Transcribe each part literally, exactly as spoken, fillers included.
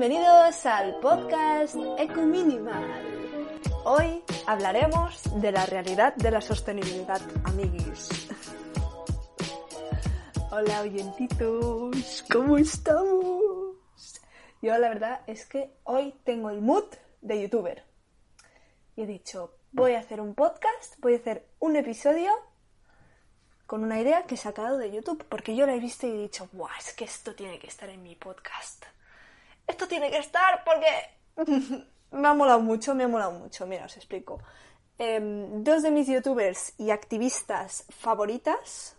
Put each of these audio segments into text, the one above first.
bienvenidos al podcast Ecominimal. Hoy hablaremos de la realidad de la sostenibilidad, amiguis. Hola oyentitos, ¿cómo estamos? Yo la verdad es que hoy tengo el mood de youtuber. Y he dicho, voy a hacer un podcast, voy a hacer un episodio con una idea que he sacado de YouTube, porque yo la he visto y he dicho, ¡buah! Es que esto tiene que estar en mi podcast. Esto tiene que estar porque me ha molado mucho, me ha molado mucho. Mira, os explico. Eh, dos de mis youtubers y activistas favoritas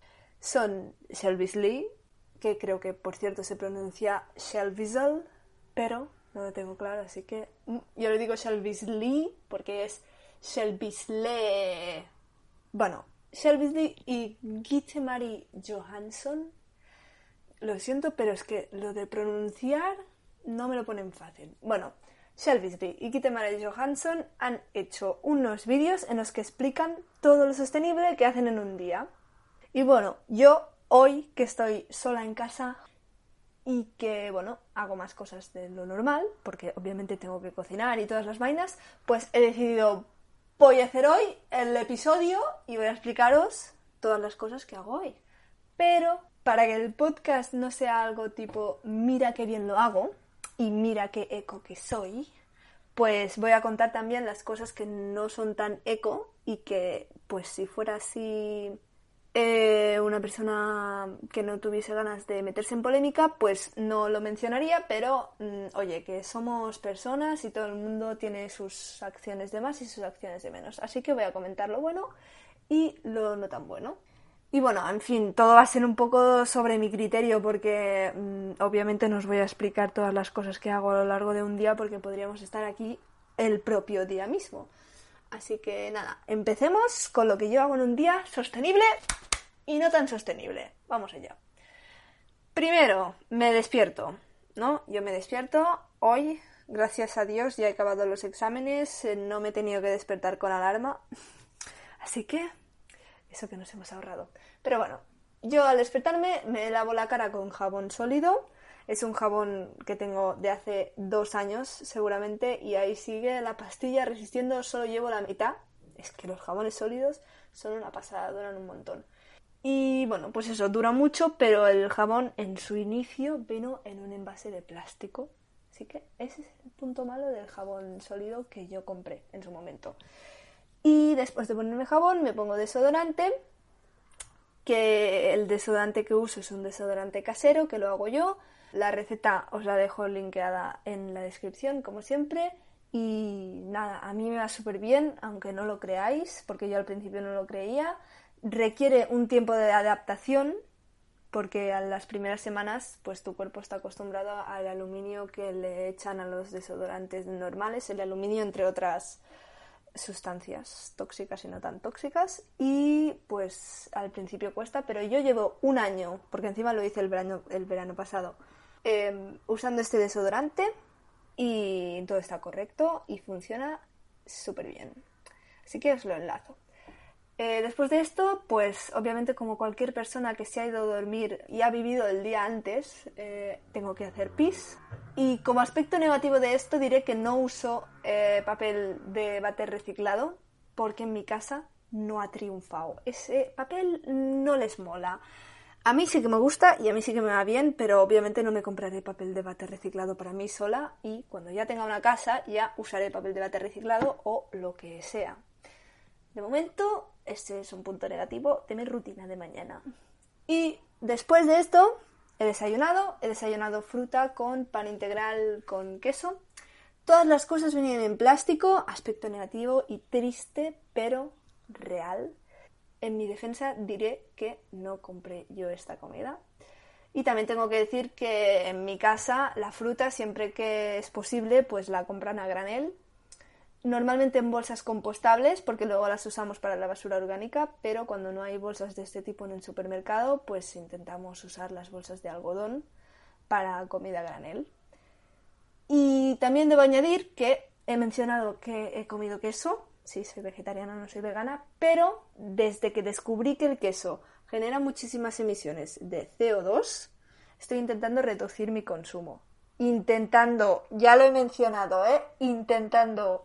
son Shelby's Lee, que creo que por cierto se pronuncia Shelby's, pero no lo tengo claro, así que yo le digo Shelby's Lee porque es Shelby's Lee. Bueno, Shelby's Lee y Gitte-Marie Johansson. Lo siento, pero es que lo de pronunciar no me lo ponen fácil. Bueno, Shelby's Lee y Gitte-Marie Johansson han hecho unos vídeos en los que explican todo lo sostenible que hacen en un día. Y bueno, yo hoy que estoy sola en casa y que, bueno, hago más cosas de lo normal, porque obviamente tengo que cocinar y todas las vainas, pues he decidido, voy a hacer hoy el episodio y voy a explicaros todas las cosas que hago hoy. Pero para que el podcast no sea algo tipo, mira qué bien lo hago y mira qué eco que soy, pues voy a contar también las cosas que no son tan eco y que, pues si fuera así eh, una persona que no tuviese ganas de meterse en polémica, pues no lo mencionaría, pero mmm, oye, que somos personas y todo el mundo tiene sus acciones de más y sus acciones de menos. Así que voy a comentar lo bueno y lo no tan bueno. Y bueno, en fin, todo va a ser un poco sobre mi criterio porque mmm, obviamente no os voy a explicar todas las cosas que hago a lo largo de un día porque podríamos estar aquí el propio día mismo. Así que nada, empecemos con lo que yo hago en un día sostenible y no tan sostenible. Vamos allá. Primero, me despierto, ¿no? Yo me despierto hoy, gracias a Dios, ya he acabado los exámenes, no me he tenido que despertar con alarma. Así que eso que nos hemos ahorrado. Pero bueno, yo al despertarme me lavo la cara con jabón sólido. Es un jabón que tengo de hace dos años seguramente y ahí sigue la pastilla resistiendo, solo llevo la mitad. Es que los jabones sólidos son una pasada, duran un montón. Y bueno, pues eso, dura mucho, pero el jabón en su inicio vino en un envase de plástico. Así que ese es el punto malo del jabón sólido que yo compré en su momento. Y después de ponerme jabón me pongo desodorante, que el desodorante que uso es un desodorante casero, que lo hago yo. La receta os la dejo linkeada en la descripción, como siempre. Y nada, a mí me va súper bien, aunque no lo creáis, porque yo al principio no lo creía. Requiere un tiempo de adaptación, porque a las primeras semanas pues tu cuerpo está acostumbrado al aluminio que le echan a los desodorantes normales, el aluminio entre otras sustancias tóxicas y no tan tóxicas, y pues al principio cuesta, pero yo llevo un año, porque encima lo hice el verano, el verano pasado, eh, usando este desodorante y todo está correcto y funciona súper bien, así que os lo enlazo. Eh, después de esto, pues obviamente como cualquier persona que se ha ido a dormir y ha vivido el día antes, eh, tengo que hacer pis. Y como aspecto negativo de esto diré que no uso eh, papel de váter reciclado porque en mi casa no ha triunfado. Ese papel no les mola. A mí sí que me gusta y a mí sí que me va bien, pero obviamente no me compraré papel de váter reciclado para mí sola y cuando ya tenga una casa ya usaré papel de váter reciclado o lo que sea. De momento, este es un punto negativo de mi rutina de mañana. Y después de esto, he desayunado. He desayunado fruta con pan integral con queso. Todas las cosas venían en plástico, aspecto negativo y triste, pero real. En mi defensa diré que no compré yo esta comida. Y también tengo que decir que en mi casa la fruta, siempre que es posible, pues la compran a granel. Normalmente en bolsas compostables, porque luego las usamos para la basura orgánica, pero cuando no hay bolsas de este tipo en el supermercado, pues intentamos usar las bolsas de algodón para comida a granel. Y también debo añadir que he mencionado que he comido queso, sí, soy vegetariana, no soy vegana, pero desde que descubrí que el queso genera muchísimas emisiones de C O dos, estoy intentando reducir mi consumo. intentando, ya lo he mencionado, ¿eh? Intentando...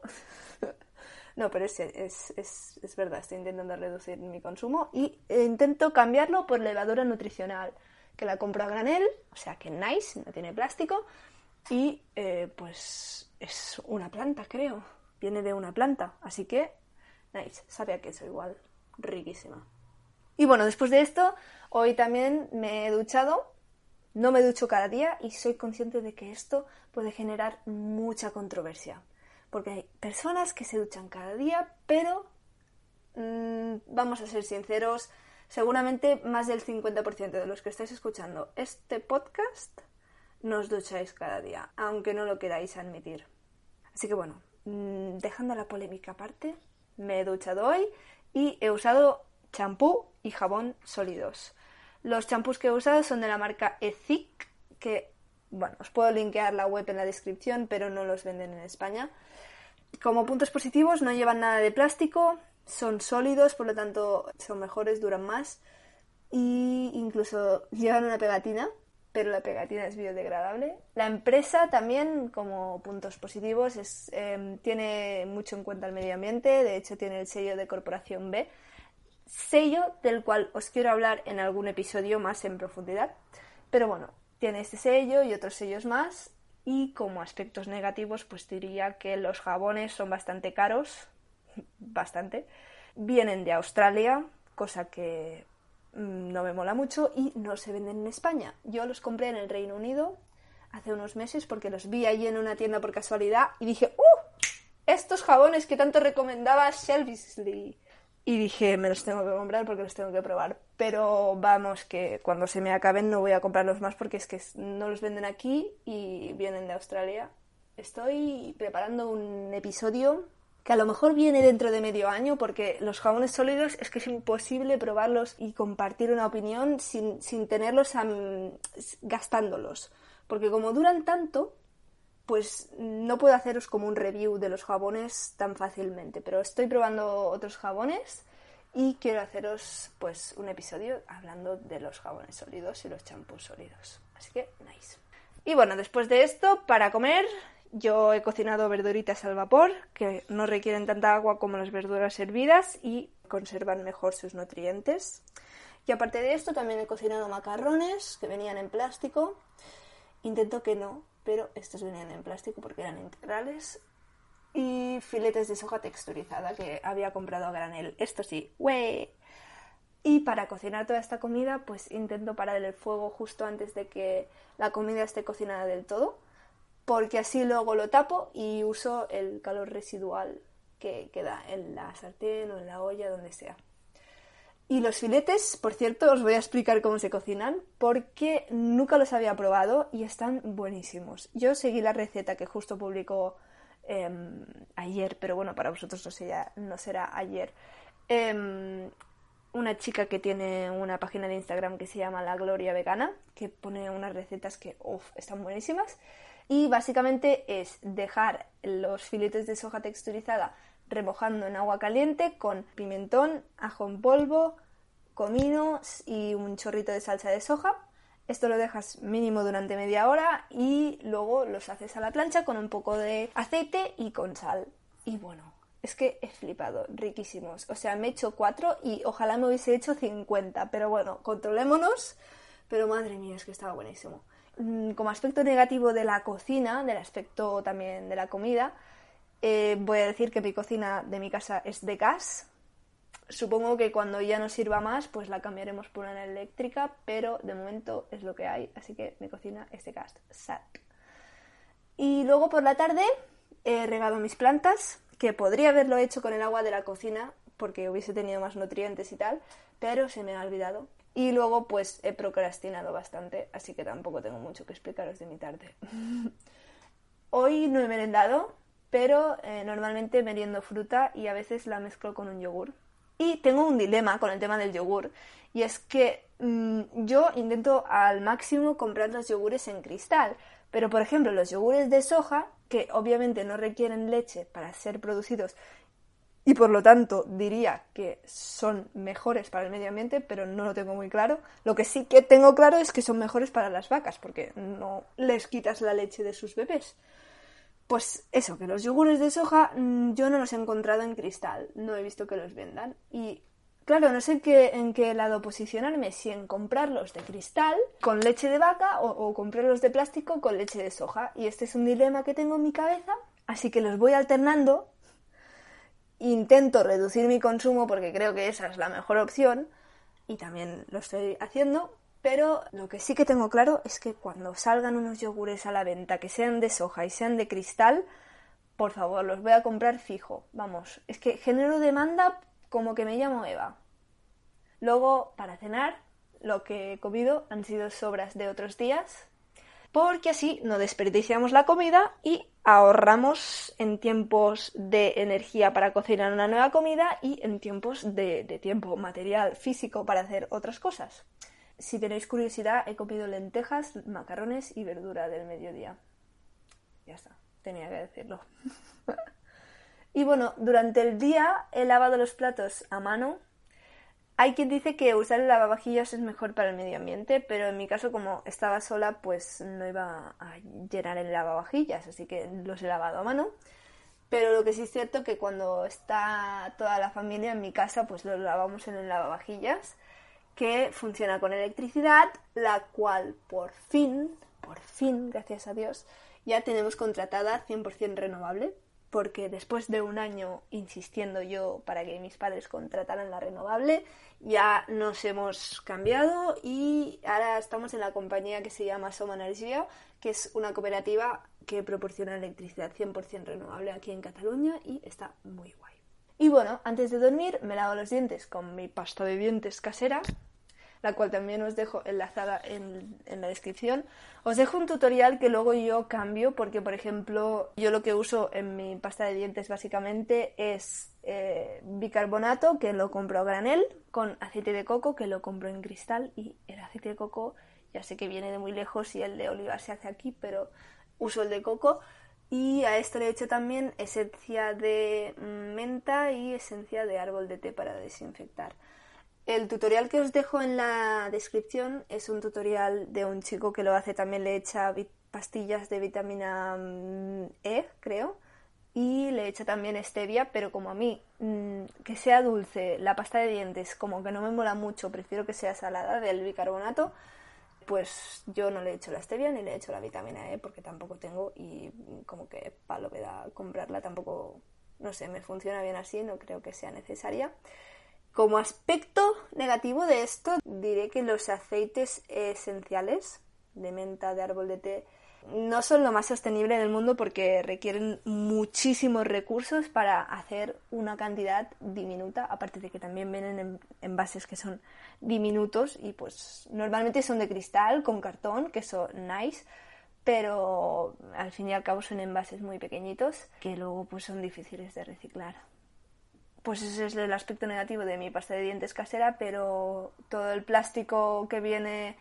No, pero es, es, es, es verdad, estoy intentando reducir mi consumo y intento cambiarlo por levadura nutricional, que la compro a granel, o sea que nice, no tiene plástico, y eh, pues es una planta, creo, viene de una planta, así que nice, sabe a queso igual, riquísima. Y bueno, después de esto, hoy también me he duchado, no me ducho cada día y soy consciente de que esto puede generar mucha controversia. Porque hay personas que se duchan cada día, pero mmm, vamos a ser sinceros, seguramente más del cincuenta por ciento de los que estáis escuchando este podcast no os ducháis cada día, aunque no lo queráis admitir. Así que bueno, mmm, dejando la polémica aparte, me he duchado hoy y he usado champú y jabón sólidos. Los champús que he usado son de la marca Ethic, que, bueno, os puedo linkear la web en la descripción, pero no los venden en España. Como puntos positivos, no llevan nada de plástico, son sólidos, por lo tanto son mejores, duran más, y incluso llevan una pegatina, pero la pegatina es biodegradable. La empresa también, como puntos positivos, es, eh, tiene mucho en cuenta el medio ambiente, de hecho tiene el sello de Corporación B, sello del cual os quiero hablar en algún episodio más en profundidad, pero bueno, tiene este sello y otros sellos más. Y como aspectos negativos, pues diría que los jabones son bastante caros, bastante. Vienen de Australia, cosa que mmm, no me mola mucho, y no se venden en España. Yo los compré en el Reino Unido hace unos meses porque los vi allí en una tienda por casualidad y dije ¡uh! Estos jabones que tanto recomendaba Shelbysley. Y dije, me los tengo que comprar porque los tengo que probar. Pero vamos, que cuando se me acaben no voy a comprarlos más porque es que no los venden aquí y vienen de Australia. Estoy preparando un episodio que a lo mejor viene dentro de medio año porque los jabones sólidos es que es imposible probarlos y compartir una opinión sin, sin tenerlos um, gastándolos. Porque como duran tanto, pues no puedo haceros como un review de los jabones tan fácilmente, pero estoy probando otros jabones y quiero haceros pues un episodio hablando de los jabones sólidos y los champús sólidos. Así que, nice. Y bueno, después de esto, para comer, yo he cocinado verduritas al vapor, que no requieren tanta agua como las verduras hervidas y conservan mejor sus nutrientes. Y aparte de esto, también he cocinado macarrones, que venían en plástico. Intento que no, pero estos venían en plástico porque eran integrales. Y filetes de soja texturizada que había comprado a granel. Esto sí, ¡wey! Y para cocinar toda esta comida, pues intento parar el fuego justo antes de que la comida esté cocinada del todo, porque así luego lo tapo y uso el calor residual que queda en la sartén o en la olla, donde sea. Y los filetes, por cierto, os voy a explicar cómo se cocinan, porque nunca los había probado y están buenísimos. Yo seguí la receta que justo publicó eh, ayer, pero bueno, para vosotros no, sé, ya, no será ayer. Eh, una chica que tiene una página de Instagram que se llama La Gloria Vegana, que pone unas recetas que, uff, están buenísimas. Y básicamente es dejar los filetes de soja texturizada remojando en agua caliente con pimentón, ajo en polvo, comino y un chorrito de salsa de soja. Esto lo dejas mínimo durante media hora y luego los haces a la plancha con un poco de aceite y con sal. Y bueno, es que he flipado, riquísimos. O sea, me he hecho cuatro y ojalá me hubiese hecho cincuenta, pero bueno, controlémonos. Pero madre mía, es que estaba buenísimo. Como aspecto negativo de la cocina, del aspecto también de la comida, Eh, voy a decir que mi cocina de mi casa es de gas. Supongo que cuando ya no sirva más, pues la cambiaremos por una eléctrica, pero de momento es lo que hay, así que mi cocina es de gas. Sad. Y luego por la tarde he regado mis plantas, que podría haberlo hecho con el agua de la cocina, porque hubiese tenido más nutrientes y tal, pero se me ha olvidado. Y luego pues he procrastinado bastante, así que tampoco tengo mucho que explicaros de mi tarde. Hoy no he merendado, pero eh, normalmente meriendo fruta y a veces la mezclo con un yogur. Y tengo un dilema con el tema del yogur, y es que mmm, yo intento al máximo comprar los yogures en cristal, pero por ejemplo los yogures de soja, que obviamente no requieren leche para ser producidos y por lo tanto diría que son mejores para el medio ambiente, pero no lo tengo muy claro. Lo que sí que tengo claro es que son mejores para las vacas, porque no les quitas la leche de sus bebés. Pues eso, que los yogures de soja yo no los he encontrado en cristal, no he visto que los vendan. Y claro, no sé qué, en qué lado posicionarme, si en comprarlos de cristal con leche de vaca o, o comprarlos de plástico con leche de soja. Y este es un dilema que tengo en mi cabeza, así que los voy alternando. Intento reducir mi consumo porque creo que esa es la mejor opción y también lo estoy haciendo. Pero lo que sí que tengo claro es que cuando salgan unos yogures a la venta que sean de soja y sean de cristal, por favor, los voy a comprar fijo. Vamos, es que genero demanda como que me llamo Eva. Luego, para cenar, lo que he comido han sido sobras de otros días, porque así no desperdiciamos la comida y ahorramos en tiempos de energía para cocinar una nueva comida y en tiempos de, de tiempo material físico para hacer otras cosas. Si tenéis curiosidad, he comido lentejas, macarrones y verdura del mediodía. Ya está, tenía que decirlo. Y bueno, durante el día he lavado los platos a mano. Hay quien dice que usar el lavavajillas es mejor para el medio ambiente, pero en mi caso, como estaba sola, pues no iba a llenar el lavavajillas, así que los he lavado a mano. Pero lo que sí es cierto que cuando está toda la familia en mi casa, pues los lavamos en el lavavajillas, que funciona con electricidad, la cual por fin, por fin, gracias a Dios, ya tenemos contratada cien por ciento renovable, porque después de un año insistiendo yo para que mis padres contrataran la renovable, ya nos hemos cambiado y ahora estamos en la compañía que se llama Som Energia, que es una cooperativa que proporciona electricidad cien por ciento renovable aquí en Cataluña y está muy guay. Y bueno, antes de dormir me lavo los dientes con mi pasta de dientes casera, la cual también os dejo enlazada en, en la descripción. Os dejo un tutorial que luego yo cambio porque, por ejemplo, yo lo que uso en mi pasta de dientes básicamente es eh, bicarbonato, que lo compro a granel, con aceite de coco, que lo compro en cristal, y el aceite de coco ya sé que viene de muy lejos y el de oliva se hace aquí, pero uso el de coco. Y a esto le he hecho también esencia de menta y esencia de árbol de té para desinfectar. El tutorial que os dejo en la descripción es un tutorial de un chico que lo hace, también le echa pastillas de vitamina E, creo, y le echa también stevia, pero como a mí mmm, que sea dulce la pasta de dientes como que no me mola mucho, prefiero que sea salada del bicarbonato, pues yo no le echo la stevia ni le echo la vitamina E porque tampoco tengo y como que palo me da comprarla, tampoco, no sé, me funciona bien así, no creo que sea necesaria. Como aspecto negativo de esto, diré que los aceites esenciales de menta, de árbol de té, no son lo más sostenible del mundo porque requieren muchísimos recursos para hacer una cantidad diminuta, aparte de que también vienen en envases que son diminutos y pues normalmente son de cristal con cartón, que son nice, pero al fin y al cabo son envases muy pequeñitos que luego pues son difíciles de reciclar. Pues ese es el aspecto negativo de mi pasta de dientes casera, pero todo el plástico que viene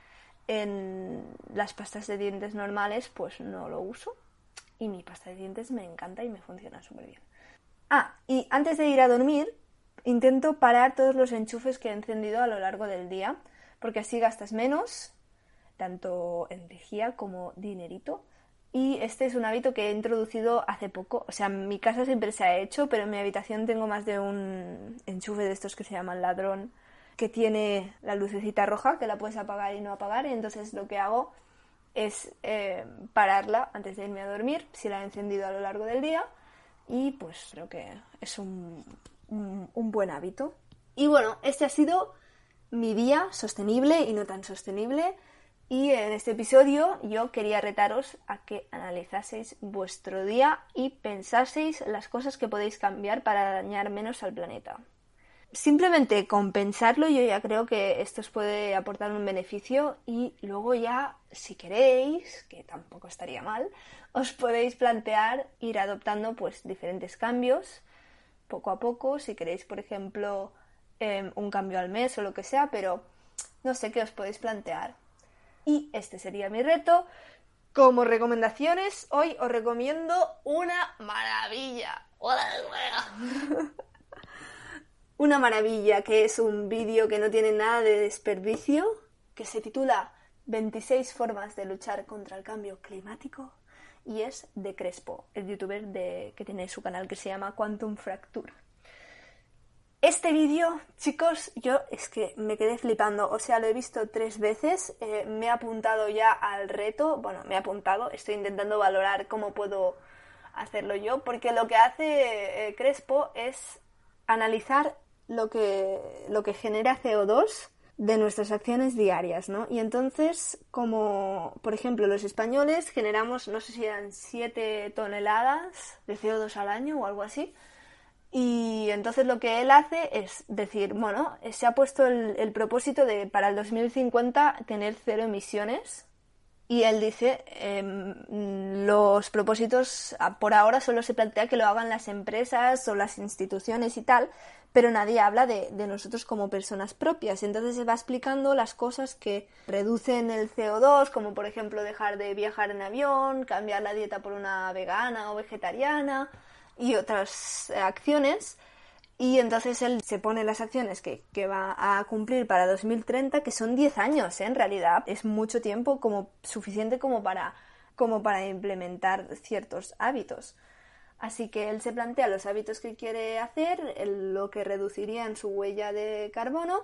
en las pastas de dientes normales, pues no lo uso. Y mi pasta de dientes me encanta y me funciona súper bien. Ah, y antes de ir a dormir, intento parar todos los enchufes que he encendido a lo largo del día, porque así gastas menos, tanto energía como dinerito. Y este es un hábito que he introducido hace poco. O sea, en mi casa siempre se ha hecho, pero en mi habitación tengo más de un enchufe de estos que se llaman ladrón, que tiene la lucecita roja, que la puedes apagar y no apagar. Y entonces lo que hago es eh, pararla antes de irme a dormir, si la he encendido a lo largo del día. Y pues creo que es un, un, un buen hábito. Y bueno, este ha sido mi día sostenible y no tan sostenible. Y en este episodio yo quería retaros a que analizaseis vuestro día y pensaseis las cosas que podéis cambiar para dañar menos al planeta. Simplemente con pensarlo yo ya creo que esto os puede aportar un beneficio y luego ya, si queréis, que tampoco estaría mal, os podéis plantear ir adoptando pues diferentes cambios poco a poco, si queréis, por ejemplo, eh, un cambio al mes o lo que sea, pero no sé qué os podéis plantear. Y este sería mi reto. Como recomendaciones, hoy os recomiendo una maravilla. una maravilla, que es un vídeo que no tiene nada de desperdicio, que se titula veintiséis formas de luchar contra el cambio climático, y es de Crespo, el youtuber de, que tiene su canal que se llama Quantum Fracture. Este vídeo, chicos, yo es que me quedé flipando, o sea, lo he visto tres veces, eh, me he apuntado ya al reto, bueno, me he apuntado, estoy intentando valorar cómo puedo hacerlo yo, porque lo que hace eh, Crespo es analizar lo que, lo que genera C O dos de nuestras acciones diarias, ¿no? Y entonces, como, por ejemplo, los españoles generamos, no sé si eran siete toneladas de C O dos al año o algo así. Y entonces lo que él hace es decir, bueno, se ha puesto el, el propósito de para el dos mil cincuenta tener cero emisiones, y él dice, eh, los propósitos por ahora solo se plantea que lo hagan las empresas o las instituciones y tal, pero nadie habla de, de nosotros como personas propias. Entonces se va explicando las cosas que reducen el C O dos, como por ejemplo dejar de viajar en avión, cambiar la dieta por una vegana o vegetariana, y otras acciones, y entonces él se pone las acciones que, que va a cumplir para dos mil treinta, que son diez años, ¿eh? En realidad es mucho tiempo, como suficiente como para, como para implementar ciertos hábitos. Así que él se plantea los hábitos que quiere hacer, el, lo que reduciría en su huella de carbono,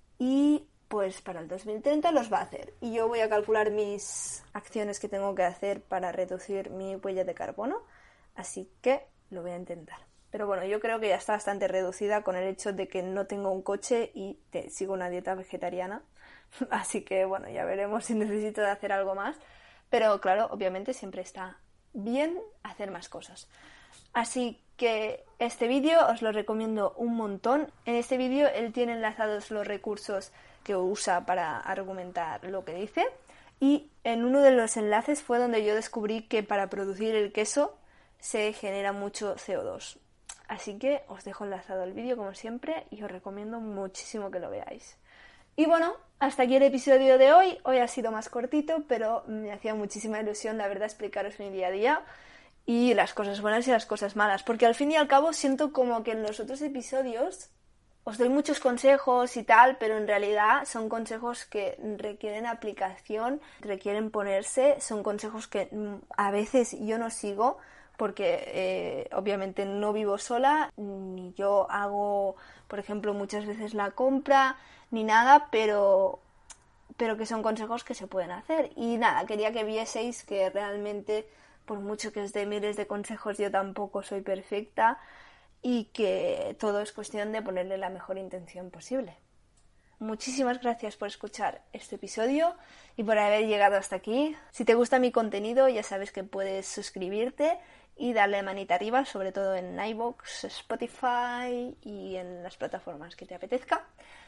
y pues para el dos mil treinta los va a hacer. Y yo voy a calcular mis acciones que tengo que hacer para reducir mi huella de carbono, así que lo voy a intentar. Pero bueno, yo creo que ya está bastante reducida con el hecho de que no tengo un coche y te, sigo una dieta vegetariana. Así que bueno, ya veremos si necesito de hacer algo más. Pero claro, obviamente siempre está bien hacer más cosas. Así que este vídeo os lo recomiendo un montón. En este vídeo él tiene enlazados los recursos que usa para argumentar lo que dice. Y en uno de los enlaces fue donde yo descubrí que para producir el queso se genera mucho C O dos. Así que os dejo enlazado el vídeo como siempre y os recomiendo muchísimo que lo veáis. Y bueno, hasta aquí el episodio de hoy. Hoy ha sido más cortito, pero me hacía muchísima ilusión, la verdad, explicaros mi día a día y las cosas buenas y las cosas malas, porque al fin y al cabo siento como que en los otros episodios os doy muchos consejos y tal, pero en realidad son consejos que requieren aplicación, requieren ponerse, son consejos que a veces yo no sigo, porque eh, obviamente no vivo sola, ni yo hago, por ejemplo, muchas veces la compra, ni nada, pero, pero que son consejos que se pueden hacer. Y nada, quería que vieseis que realmente, por mucho que os dé miles de consejos, yo tampoco soy perfecta y que todo es cuestión de ponerle la mejor intención posible. Muchísimas gracias por escuchar este episodio y por haber llegado hasta aquí. Si te gusta mi contenido, ya sabes que puedes suscribirte y darle manita arriba, sobre todo en iVoox, Spotify y en las plataformas que te apetezca.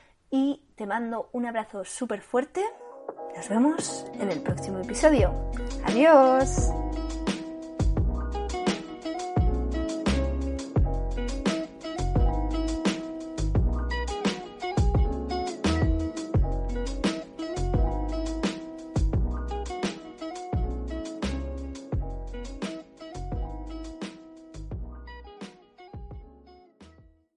Y te mando un abrazo súper fuerte. Nos vemos en el próximo episodio. ¡Adiós!